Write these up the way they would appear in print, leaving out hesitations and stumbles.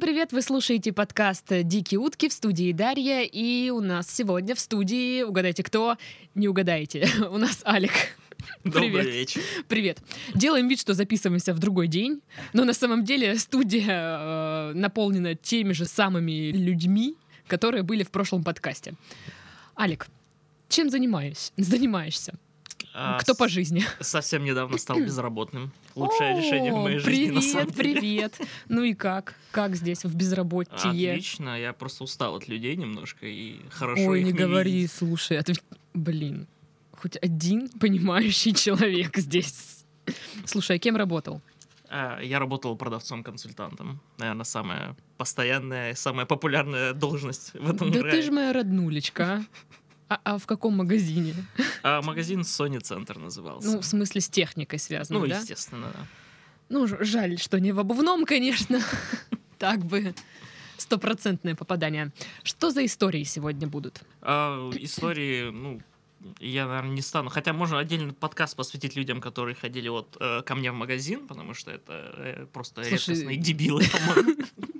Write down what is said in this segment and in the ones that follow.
привет! Вы слушаете подкаст «Дикие утки» в студии Дарья. И у нас сегодня в студии, угадайте кто? Не угадаете. У нас Алик. Добрый вечер. Привет. Делаем вид, что записываемся в другой день, но на самом деле студия наполнена теми же самыми людьми, которые были в прошлом подкасте. Алик, чем занимаешься? Кто по жизни? Совсем недавно стал безработным. Лучшее решение в моей жизни, на самом деле. Привет. Ну и как? Как здесь в безработье? Отлично, я просто устал от людей немножко и хорошо Ой, их не говори, видеть. слушай, а ты, блин, хоть один понимающий человек здесь. Слушай, а кем работал? Я работал продавцом-консультантом. Наверное, самая постоянная, самая популярная должность в этом Да крае. ты ж моя роднулечка, а в каком магазине? Магазин Sony Center назывался. Ну, в смысле, с техникой связано, Ну, да? естественно, да. Ну, жаль, что не в обувном, конечно. Так бы 100% попадание. Что за истории сегодня будут? Истории, я, наверное, не стану. Хотя можно отдельный подкаст посвятить людям, которые ходили ко мне в магазин, потому что это просто редкостные дебилы, по-моему.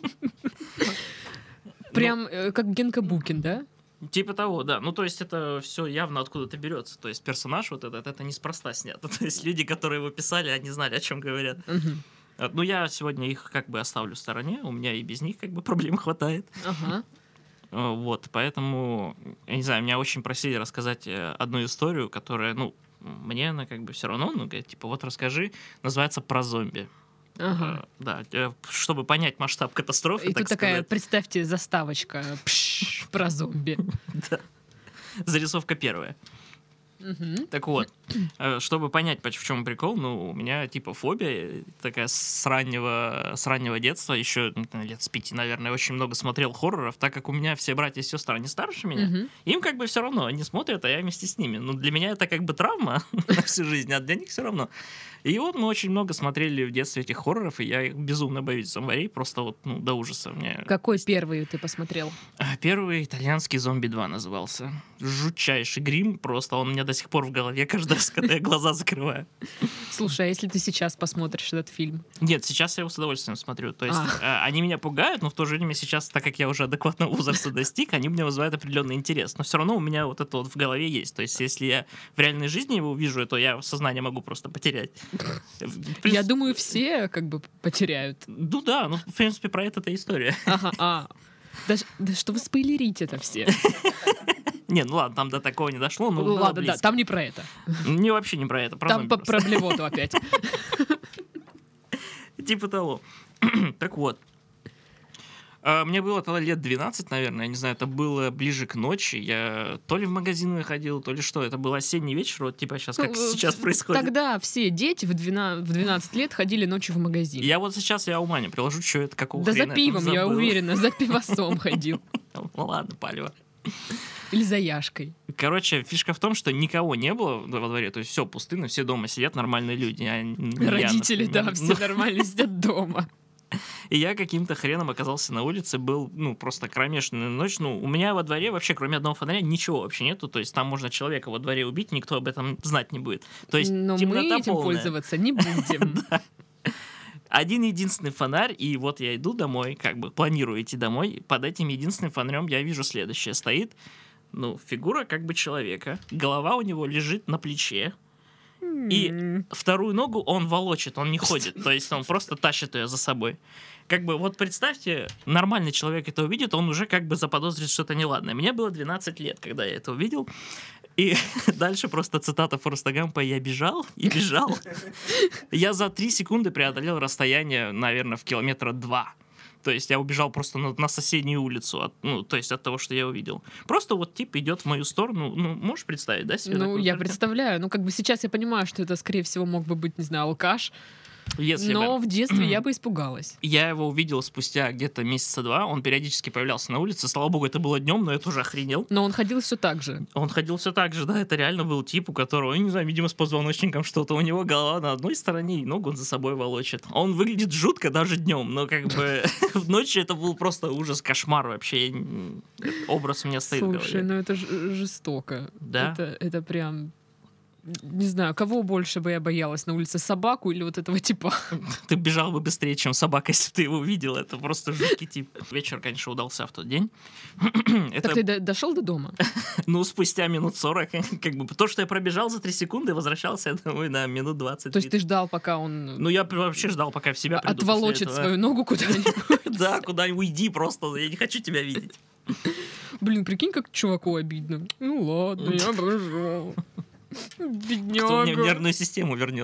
Прям как Генка Букин, да? Типа того, да. Ну, то есть это все явно откуда-то берется. То есть персонаж вот этот, это неспроста снято. То есть люди, которые его писали, они знали, о чем говорят. Ну, я сегодня их как бы оставлю в стороне. У меня и без них как бы проблем хватает. Ага. Вот, поэтому, я не знаю, меня очень просили рассказать одну историю, которая, мне она как бы все равно, говорит, типа, вот расскажи, называется «Про зомби». Ага. Да, чтобы понять масштаб катастрофы, И так тут такая, сказать. представьте, заставочка про зомби. Да. Зарисовка первая. Мгм. Так вот, чтобы понять, в чем прикол, у меня типа фобия такая с раннего детства, еще лет с 5, наверное, очень много смотрел хорроров, так как у меня все братья и сестры, они старше меня, Мгм. им как бы все равно, они смотрят, а я вместе с ними. Ну, для меня это как бы травма на всю жизнь, а для них все равно. И вот мы очень много смотрели в детстве этих хорроров, и я их безумно боюсь зомбарей, просто вот, до ужаса. Какой первый ты посмотрел? Первый итальянский «Зомби 2» назывался. Жутчайший грим, просто он у меня до сих пор в голове каждый раз, когда я глаза закрываю. Слушай, а если ты сейчас посмотришь этот фильм? Нет, сейчас я его с удовольствием смотрю. То есть они меня пугают, но в то же время сейчас, так как я уже адекватного возраста достиг, они меня вызывают определенный интерес. Но все равно у меня вот это вот в голове есть. То есть если я в реальной жизни его увижу, то я сознание могу просто потерять. Я думаю, все как бы потеряют. Ну да, в принципе, про это-то история. Ага, да что вы спойлерите это все? Не, ладно, там до такого не дошло. Ладно, да, там не про это. Не, вообще не про это, про Там зомби просто. про блевоту опять. Типа того. Так вот. Мне было тогда лет 12, наверное, я не знаю, это было ближе к ночи. Я то ли в магазин выходил, то ли что. Это был осенний вечер, вот типа сейчас, как сейчас происходит. Тогда все дети в 12 лет ходили ночью в магазин. Я вот сейчас ума не приложу, что это, какого Да хрена за я там пивом, я забыл. уверена, за пивосом ходил. Ну ладно, палево. Или за Яшкой. Короче, фишка в том, что никого не было во дворе, то есть все пустынно, все дома сидят, нормальные люди. Родители, да, все нормально сидят дома. И я каким-то хреном оказался на улице, был, просто кромешная ночь. У меня во дворе вообще, кроме одного фонаря, ничего вообще нету. То есть там можно человека во дворе убить, никто об этом знать не будет. То есть но мы темнота этим полная. пользоваться не будем. Один единственный фонарь, и вот я иду домой, планирую идти домой. Под этим единственным фонарем я вижу следующее. Стоит, фигура человека. Голова у него лежит на плече. И вторую ногу он волочит, он не ходит. То есть он просто тащит ее за собой. Вот представьте, нормальный человек это увидит, он уже заподозрит что-то неладное. Мне было 12 лет, когда я это увидел. И дальше просто цитата Форреста Гампа: «Я бежал и бежал». Я за 3 секунды преодолел расстояние, наверное, в 2 километра. То есть я убежал просто на соседнюю улицу, то есть от того, что я увидел. Просто вот тип идет в мою сторону. Можешь представить, да, себе? Я представляю. Сейчас я понимаю, что это, скорее всего, мог бы быть, не знаю, алкаш. Но в детстве я бы испугалась. Я его увидел спустя где-то месяца 2. Он периодически появлялся на улице. Слава богу, это было днем, но я тоже охренел. Но он ходил все так же. Он ходил все так же, да. Это реально был тип, у которого, не знаю, видимо, с позвоночником что-то. У него голова на одной стороне, и ногу он за собой волочит. Он выглядит жутко даже днем, но в ночи это был просто ужас, кошмар вообще. Образ у меня стоит в голове. Слушай, это жестоко. Да? Это прям... Не знаю, кого больше бы я боялась на улице, собаку или вот этого типа? Ты бежал бы быстрее, чем собака, если ты его увидел. Это просто жуткий тип. Вечер, конечно, удался в тот день. Так ты дошел до дома? Ну, спустя минут 40. Как бы то, что я пробежал за 3 секунды, возвращался, я думаю, на минут 20. То есть ты ждал, пока он... Ну, я вообще ждал, пока в себя приду. Отволочит свою ногу куда-нибудь. Да, куда-нибудь уйди просто, я не хочу тебя видеть. Блин, прикинь, как чуваку обидно. Ну ладно, я бежал. Бедняга. Кто мне нервную систему вернет?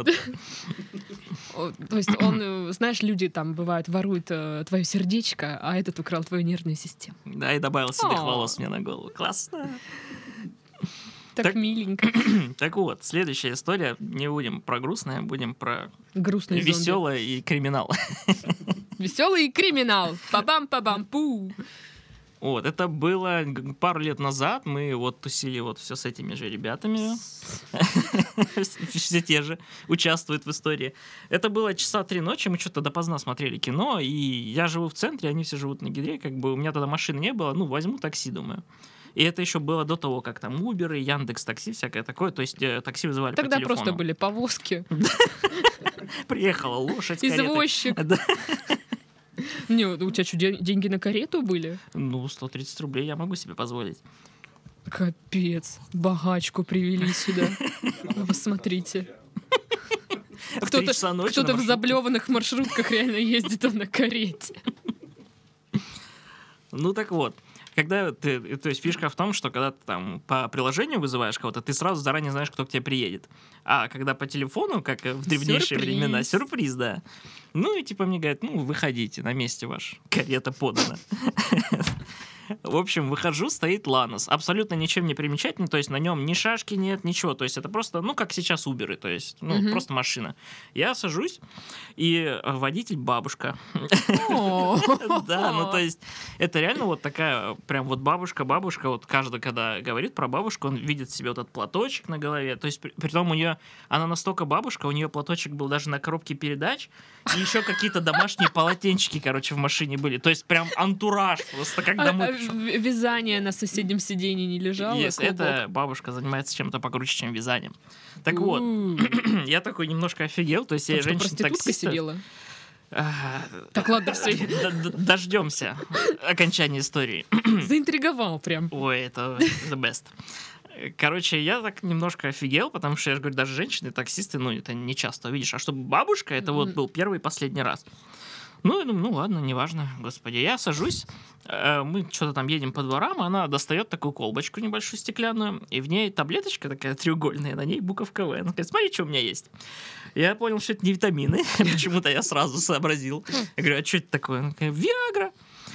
То есть он, знаешь, люди там, бывают, воруют твое сердечко, а этот украл твою нервную систему. Да, и добавил седых волос мне на голову. Классно. Так миленько. Так вот, следующая история. Не будем про грустное, будем про грустный веселое и криминал. Веселый и криминал. Па-бам-па-бам-пу. Вот, это было пару лет назад. Мы вот тусили вот все с этими же ребятами. Все те же участвуют в истории. Это было часа 3 ночи, мы что-то допоздна смотрели кино, и я живу в центре, они все живут на Гидре, как бы у меня тогда машины не было, ну, возьму такси, думаю. И это еще было до того, как там Uber, Яндекс.Такси, всякое такое. То есть такси вызывали по телефону. Тогда просто были повозки. Приехала лошадь с каретой. Извозчик. Не, у тебя что, деньги на карету были? Ну, 130 рублей я могу себе позволить. Капец, богачку привели сюда. Посмотрите. Кто-то в заблеванных маршрутках реально ездит на карете. Ну так вот. Когда ты, то есть фишка в том, что когда ты там по приложению вызываешь кого-то, ты сразу заранее знаешь, кто к тебе приедет. А когда по телефону, как в древнейшие времена, сюрприз, да. Ну и типа мне говорят, ну выходите, на месте ваш карета подана. В общем, выхожу, стоит Ланос. Абсолютно ничем не примечательный, то есть на нем ни шашки нет, ничего. То есть это просто, ну, как сейчас Уберы, то есть, ну, просто машина. Я сажусь, и водитель бабушка. Да, ну, то есть это реально вот такая прям вот бабушка, вот каждый, когда говорит про бабушку, он видит себе вот этот платочек на голове. То есть притом у нее, она настолько бабушка, у нее платочек был даже на коробке передач, и еще какие-то домашние полотенчики, короче, в машине были. То есть прям антураж просто, как домой. Вязание на соседнем сиденье не лежало? Это бабушка занимается чем-то покруче, чем вязанием. Так вот, я такой немножко офигел. То есть я женщина-таксиста. Сидела? Так, ладно, все. Дождемся окончания истории. Заинтриговал прям. Ой, это the best. Короче, я так немножко офигел, потому что, я же говорю, даже женщины-таксисты, ну, это не часто видишь. А чтобы бабушка, это вот был первый и последний раз. Ну, я думаю, ну ладно, неважно, господи. Я сажусь, мы что-то там едем по дворам, она достает такую колбочку небольшую стеклянную, и в ней таблеточка такая треугольная, на ней буковка В. Она говорит, смотри, что у меня есть. Я понял, что это не витамины, почему-то я сразу сообразил. Я говорю, а что это такое? Она такая, Виагра.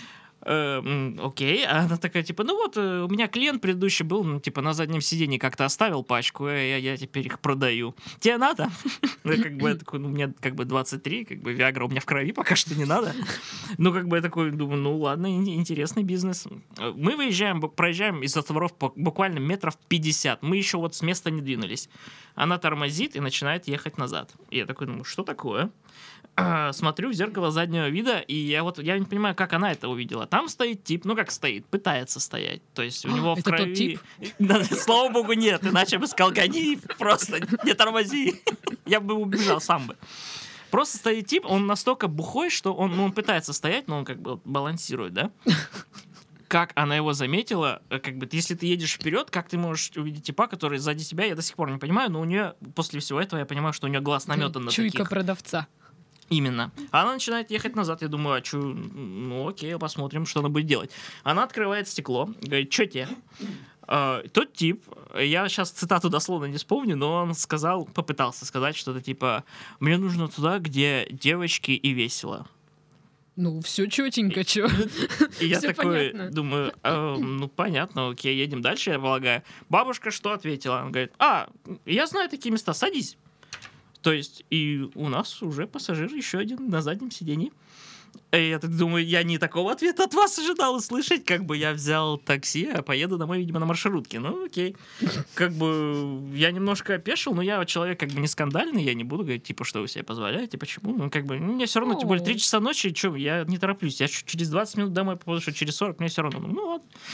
Окей, а она такая, типа, ну вот, у меня клиент предыдущий был, ну, типа, на заднем сиденье как-то оставил пачку, я теперь их продаю. Тебе надо? Ну, как бы, я такой, ну, мне, как бы, 23, как бы, Виагра у меня в крови, пока что не надо. Ну, как бы, я такой, думаю, ну, ладно, интересный бизнес. Мы проезжаем из-за дворов буквально метров 50, мы еще вот с места не двинулись. Она тормозит и начинает ехать назад. И я такой, думаю, что такое? Смотрю в зеркало заднего вида, и я не понимаю, как она это увидела. Там стоит тип, ну как стоит, пытается стоять. То есть у него в крови... Слава богу, нет, иначе бы сказал, гони, просто не тормози. Я бы убежал сам бы. Просто стоит тип, он настолько бухой, что он пытается стоять, но он как бы балансирует, да? Как она его заметила, как бы, если ты едешь вперед, как ты можешь увидеть типа, который сзади тебя, я до сих пор не понимаю, но у нее, после всего этого, я понимаю, что у нее глаз наметан на таких. Чуйка продавца. Именно. Она начинает ехать назад. Я думаю, а что? Ну окей, посмотрим, что она будет делать. Она открывает стекло, говорит, что тебе? Тот тип, я сейчас цитату дословно не вспомню, но он попытался сказать что-то типа, мне нужно туда, где девочки и весело. Ну, все четенько, чё. И я такой думаю, ну понятно, окей, едем дальше, я полагаю. Бабушка что ответила? Она говорит, я знаю такие места, садись. То есть и у нас уже пассажир еще один на заднем сидении. И я так думаю, я не такого ответа от вас ожидал услышать. Как бы я взял такси, а поеду домой, видимо, на маршрутке. Ну, окей. Как бы я немножко опешил, но я человек как бы не скандальный, я не буду говорить, типа, что вы себе позволяете, почему. Ну, как бы, мне все равно, тем более, 3 часа ночи, что, я не тороплюсь. Я через 20 минут домой попаду, что через 40, мне все равно. Ну, ладно.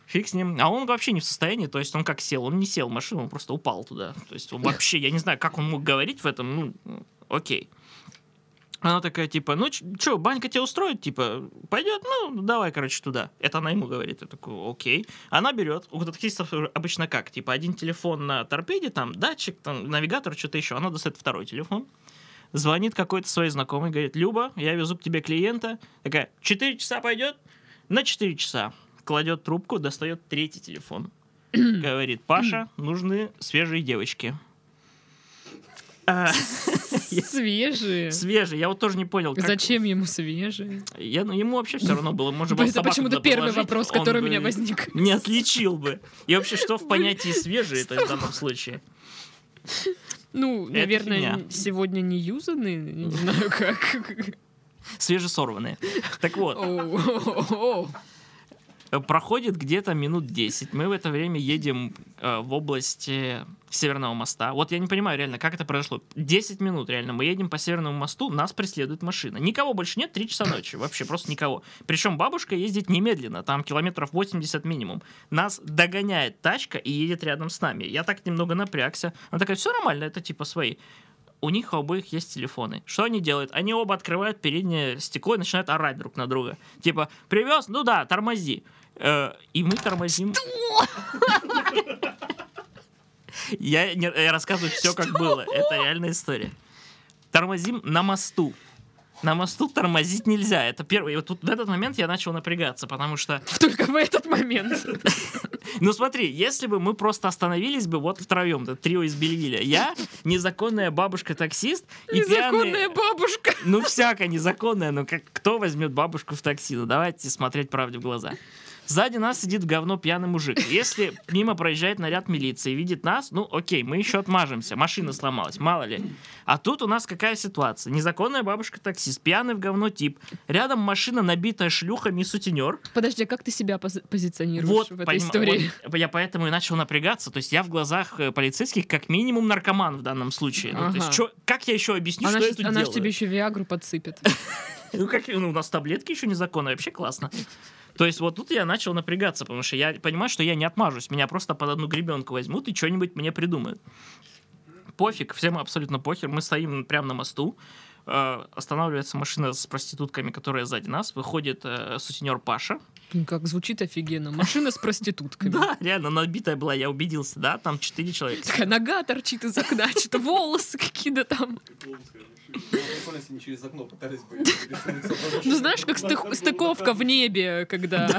фиг с ним. А он вообще не в состоянии, то есть он как сел, он не сел в машину, он просто упал туда. То есть он вообще, я не знаю, как он мог говорить в этом, ну, окей. Она такая, типа, ну, что, банька тебя устроит? Типа, пойдет? Ну, давай, короче, туда. Это она ему говорит. Я такой, окей. Она берет. У таксистов обычно как? Типа, один телефон на торпеде, там, датчик, там, навигатор, что-то еще. Она достает второй телефон. Звонит какой-то своей знакомой, говорит, Люба, я везу к тебе клиента. Такая, 4 часа пойдет? На 4 часа. Кладет трубку, достает третий телефон. Говорит, Паша, нужны свежие девочки. Свежие. Свежие. Я вот тоже не понял, как... Зачем ему свежие? Ему вообще все равно было. Может быть, Это почему-то первый вопрос, который у меня возник. Не отличил бы. И вообще, что в понятии свежие в данном случае? Ну, наверное, сегодня не юзаны, не знаю как. Свежесорванные. Так вот. Проходит где-то минут 10. Мы в это время едем в области Северного моста. Вот я не понимаю реально, как это произошло. 10 минут реально. Мы едем по Северному мосту, нас преследует машина. Никого больше нет, 3 часа ночи. Вообще просто никого. Причем бабушка ездит немедленно, там километров 80 минимум. Нас догоняет тачка и едет рядом с нами. Я так немного напрягся. Она такая, все нормально, это типа свои. У них у обоих есть телефоны. Что они делают? Они оба открывают переднее стекло и начинают орать друг на друга. Типа, привез? Ну да, тормози. И мы тормозим. Я рассказываю все, как было. Это реальная история. Тормозим на мосту. На мосту тормозить нельзя. Это первое. И вот тут в этот момент я начал напрягаться, потому что... Только в этот момент. Ну смотри, если бы мы просто остановились бы вот втроем, трио из Бельвиля. Я, незаконная бабушка-таксист и незаконная бабушка. Ну всякая незаконная, но кто возьмет бабушку в такси? Ну давайте смотреть правде в глаза. Сзади нас сидит в говно пьяный мужик. Если мимо проезжает наряд милиции и видит нас, ну окей, мы еще отмажемся. Машина сломалась, мало ли. А тут у нас какая ситуация? Незаконная бабушка-таксист, пьяный в говно тип. Рядом машина, набитая шлюхами и сутенер. Подожди, а как ты себя позиционируешь вот, в этой истории? Вот, я поэтому и начал напрягаться. То есть я в глазах полицейских как минимум наркоман в данном случае. Ну, то есть, как я еще объясню, что я тут делаю? Она же тебе еще виагру подсыпет. Ну, у нас таблетки еще незаконные, вообще классно. То есть вот тут я начал напрягаться, потому что я понимаю, что я не отмажусь. Меня просто под одну гребенку возьмут и что-нибудь мне придумают. Пофиг, всем абсолютно похер. Мы стоим прямо на мосту. Останавливается машина с проститутками, которая сзади нас. Выходит сутенер Паша. Как звучит офигенно. Машина с проститутками. Да, реально, набитая была, я убедился, да, там 4 человека. Такая нога торчит из окна, что-то волосы какие-то там. Ну знаешь, как стыковка в небе, когда...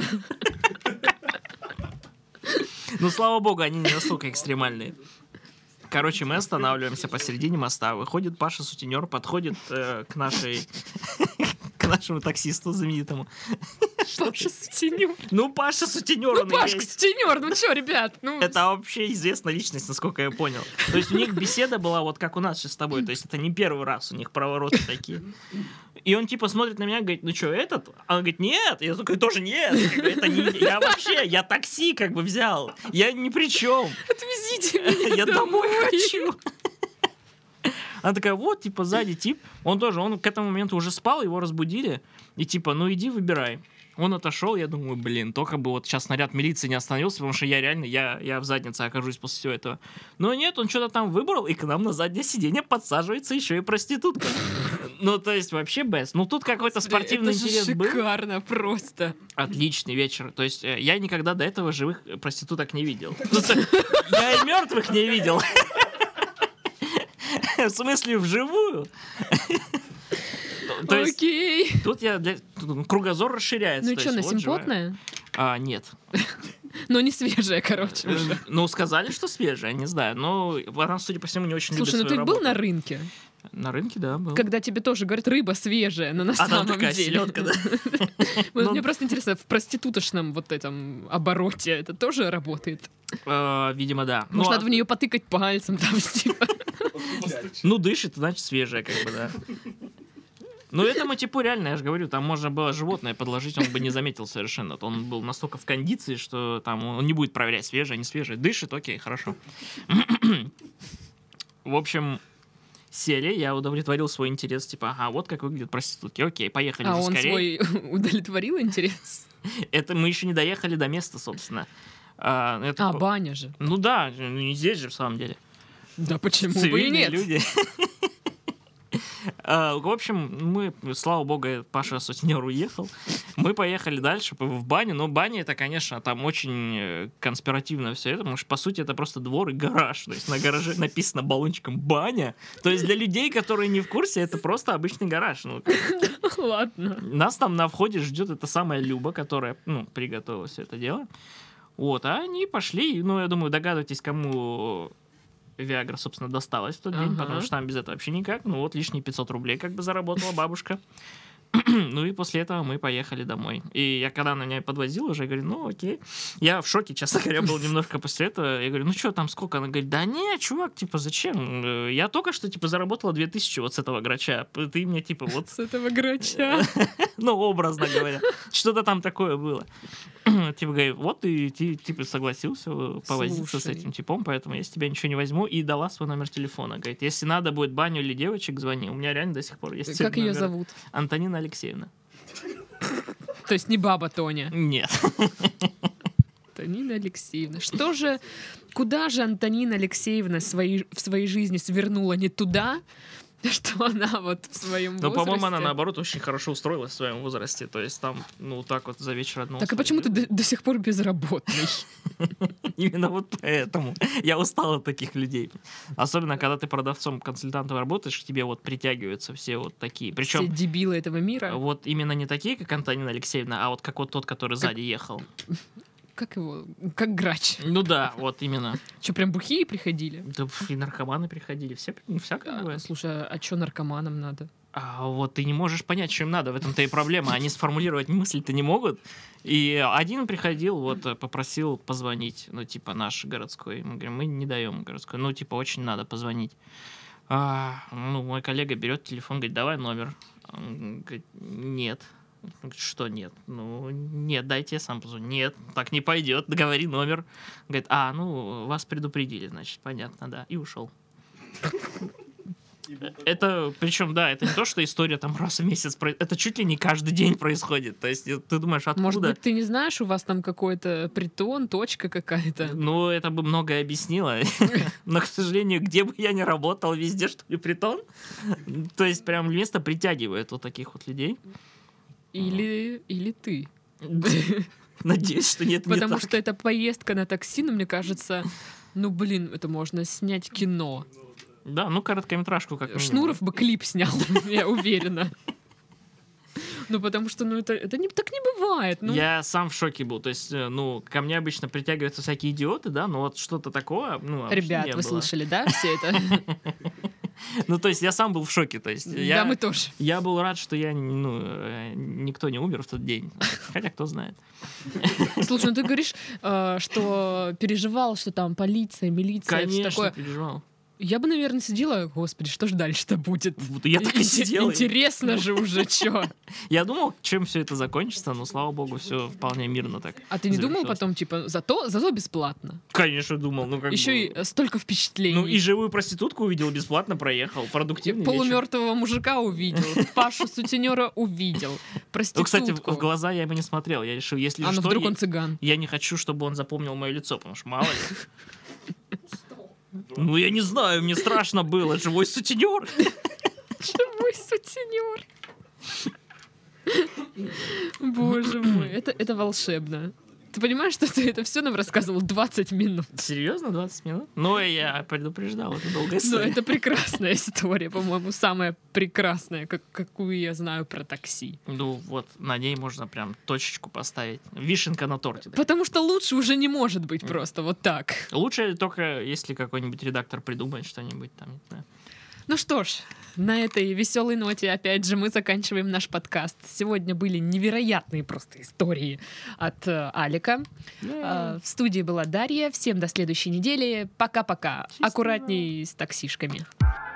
Ну, слава богу, они не настолько экстремальные. Короче, мы останавливаемся посередине моста. Выходит Паша-сутенер, подходит к нашему таксисту знаменитому. Паша-сутенер. Ну, Паша-сутенер. Ну, Пашка-сутенер, ну что, ребят? Ну... Это вообще известная личность, насколько я понял. То есть у них беседа была вот как у нас сейчас с тобой. То есть это не первый раз у них провороты такие. И он типа смотрит на меня и говорит, ну что, этот? А он говорит, нет. Я такой, тоже нет. Это не я вообще, я такси как бы взял. Я ни при чем. Отвезите меня я домой хочу. Она такая, вот, типа, сзади тип. Он к этому моменту уже спал, его разбудили. И типа, ну иди выбирай. Он отошел, я думаю, блин, только бы вот сейчас наряд милиции не остановился, потому что я реально, я в заднице окажусь после всего этого. Но нет, он что-то там выбрал, и к нам на заднее сиденье подсаживается еще и проститутка. Ну, то есть вообще best. Ну, тут какой-то спортивный интерес был. Шикарно просто. Отличный вечер. То есть я никогда до этого живых проституток не видел. Я и мертвых не видел. В смысле, вживую? То есть, окей. Тут кругозор расширяется. Ну и что, она симпотная? Нет. Но не свежая, короче. Ну, сказали, что свежая, не знаю. Но она, судя по всему, не очень любит свою работу. Слушай, ну ты был на рынке? На рынке, да, был. Когда тебе тоже говорят, рыба свежая, но на самом такая деле. селедка, да? Мне просто интересно, в проститутошном вот этом обороте это тоже работает? Видимо, да. Может, надо в нее потыкать пальцем там, типа. Ну, дышит, значит, свежая, как бы, да. Ну, этому типу реально, я же говорю, там можно было животное подложить, он бы не заметил совершенно. Он был настолько в кондиции, что там он не будет проверять, свежее, не свежее. Дышит, окей, хорошо. В общем, сели, я удовлетворил свой интерес, типа, ага, вот как выглядят проститутки, окей, поехали же скорее. А он свой удовлетворил интерес? Это мы еще не доехали до места, собственно. Это баня же. Ну да, не здесь же, в самом деле. Да почему бы и Цивильные нет? люди. В общем, мы, слава богу, Паша сутенер уехал. Мы поехали дальше в баню. Но баня это, конечно, там очень конспиративно все это, потому что, по сути, это просто двор и гараж. То есть на гараже написано баллончиком «баня». То есть для людей, которые не в курсе, это просто обычный гараж. Ну, Ладно. нас там на входе ждет эта самая Люба, которая, приготовила все это дело. Вот, а они пошли, я думаю, догадывайтесь, кому Виагра, собственно, досталась в тот день, потому что там без этого вообще никак. Лишние 500 рублей как бы заработала бабушка. И после этого мы поехали домой. И когда она меня подвозила уже, я говорю, окей. Я в шоке, честно говоря, был немножко после этого. Я говорю, что там, сколько? Она говорит, да не, чувак, зачем? Я только что, заработала 2000 вот с этого грача. Ты мне, вот... С этого грача. Образно говоря. Что-то там такое было. Говорит, вот ты, согласился повозиться с этим типом, поэтому я с тебя ничего не возьму. И дала свой номер телефона. Говорит, если надо будет баню или девочек, звони. У меня реально до сих пор есть Как ее зовут? Антонина Алексеевна. То есть не баба Тоня? Нет. Антонина Алексеевна. Куда же Антонина Алексеевна в своей жизни свернула не туда, что она вот в своем возрасте... по-моему, она, наоборот, очень хорошо устроилась в своем возрасте. То есть там, так вот за вечер одного... Так а почему ты до сих пор безработный? Именно вот поэтому. Я устал от таких людей. Особенно, когда ты продавцом, консультантом работаешь, к тебе вот притягиваются все вот такие. Причем... Все дебилы этого мира? Вот именно не такие, как Антонина Алексеевна, а вот как вот тот, который сзади ехал. Как его? Как грач. Ну да, вот именно. Что, прям бухие приходили? Да и наркоманы приходили, всякое бывает. Слушай, а что наркоманам надо? А вот ты не можешь понять, что им надо, в этом-то и проблема. Они сформулировать мысли-то не могут. И один приходил, попросил позвонить, наш городской. Мы говорим, мы не даем городской. Очень надо позвонить. Мой коллега берет телефон, говорит, давай номер. Он говорит, нет. Что нет? Нет, дайте я сам позвоню. Нет, так не пойдет, говори номер. Говорит, вас предупредили, значит, понятно, да. И ушел. Это, причем, да, это не то, что история там раз в месяц, это чуть ли не каждый день происходит. То есть ты думаешь, откуда? Может быть, ты не знаешь, у вас там какой-то притон, точка какая-то? Это бы многое объяснило. Но, к сожалению, где бы я ни работал, везде, что ли, притон. То есть прям место притягивает вот таких вот людей. Или ты. Надеюсь, что нет. Потому что это поездка на такси, но мне кажется, это можно снять кино. Да, короткометражку как минимум. Шнуров бы клип снял, я уверена. Потому что, так не бывает. Я сам в шоке был. То есть, ко мне обычно притягиваются всякие идиоты, да, но вот что-то такое, Ребят, вы слышали, да, все это? То есть я сам был в шоке. То есть да, мы тоже. Я был рад, что никто не умер в тот день. Хотя кто знает. Слушай, ты говоришь, что переживал, что там полиция, милиция. Конечно, такое. переживал. Я бы, наверное, сидела, господи, что же дальше-то будет? Я так и сидел. Интересно же уже, что? Я думал, чем все это закончится, но, слава богу, все вполне мирно так. А ты не думал потом, зато бесплатно? Конечно, думал. Еще и столько впечатлений. И живую проститутку увидел бесплатно, проехал. Продуктивный вечер. Полумертвого мужика увидел, Пашу сутенера увидел, проститутку. Кстати, в глаза я ему не смотрел. Я решил, если что... вдруг он цыган. Я не хочу, чтобы он запомнил мое лицо, потому что мало ли... Я не знаю, мне страшно было. Живой сутенер. Живой сутенер. Боже мой, это волшебно. Ты понимаешь, что ты это все нам рассказывал 20 минут? Серьезно, 20 минут? Я предупреждал, это долгая история. Это прекрасная история, по-моему, самая прекрасная, какую я знаю про такси. На ней можно прям точечку поставить. Вишенка на торте. Потому что лучше уже не может быть просто вот так. Лучше только, если какой-нибудь редактор придумает что-нибудь там, не знаю. Ну что ж, на этой веселой ноте, опять же, мы заканчиваем наш подкаст. Сегодня были невероятные просто истории от Алика. В студии была Дарья. Всем до следующей недели. Пока-пока. Аккуратней с таксишками.